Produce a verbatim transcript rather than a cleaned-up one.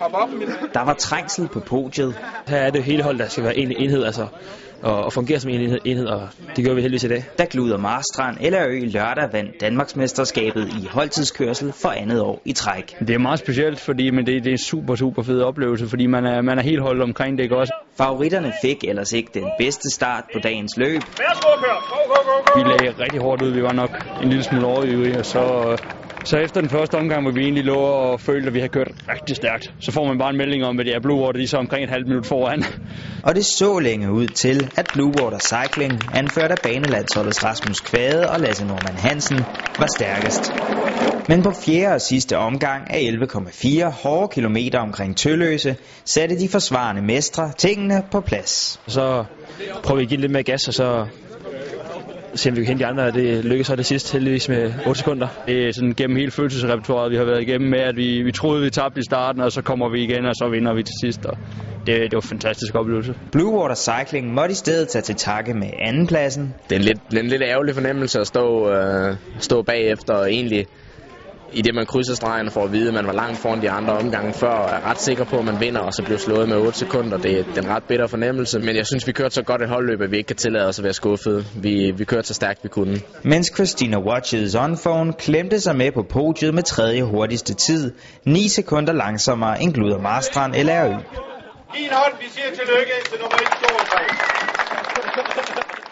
Der var trængsel på podiet. Her er det hele hold, der skal være en enhed, altså, og fungere som en enhed, enhed, og det gør vi heldigvis i dag. Da Gluder Marstrand Ellerø lørdag vandt Danmarksmesterskabet i holdtidskørsel for andet år i træk. Det er meget specielt, fordi men det, det er en super, super fed oplevelse, fordi man er, man er helt holdt omkring det, ikke også? Favoritterne fik ellers ikke den bedste start på dagens løb. Vi lagde rigtig hårdt ud, vi var nok en lille smule overøvrige, og så... Så efter den første omgang, hvor vi egentlig lå og følte, at vi har kørt rigtig stærkt, så får man bare en melding om, at det er Blue Water, de er så omkring et halvt minut foran. Og det så længe ud til, at Blue Water Cycling, anført af banelandsholdets Rasmus Kvade og Lasse Norman Hansen, var stærkest. Men på fjerde og sidste omgang af elleve komma fire hårde kilometer omkring Tølløse, satte de forsvarende mestre tingene på plads. Så prøver vi at give lidt mere gas, og så se om vi kan hente de andre. Det lykkedes så det sidste heldigvis med otte sekunder. Det er sådan gennem hele følelsesrepertoiret, vi har været igennem med, at vi, vi troede, vi tabte i starten, og så kommer vi igen, og så vinder vi til sidst. Og det, det var en fantastisk oplevelse. Blue Water Cycling måtte i stedet tage til takke med andenpladsen. Det er en lidt, en lidt ærgerlig fornemmelse at stå, øh, stå bagefter og egentlig i det man krydser stregen for at vide, at man var langt foran de andre omgange før, og er ret sikker på, at man vinder, og så blev slået med otte sekunder. Det er en ret bitter fornemmelse, men jeg synes, vi kørte så godt et holdløb, at vi ikke kan tillade os at være skuffede. Vi, vi kørte så stærkt, vi kunne. Mens Christina Watches on phone klemte sig med på podiet med tredje hurtigste tid, ni sekunder langsommere end Gluder Marstrand Ellerø. Giv en hånd, vi siger tillykke til nummer et, to og tre.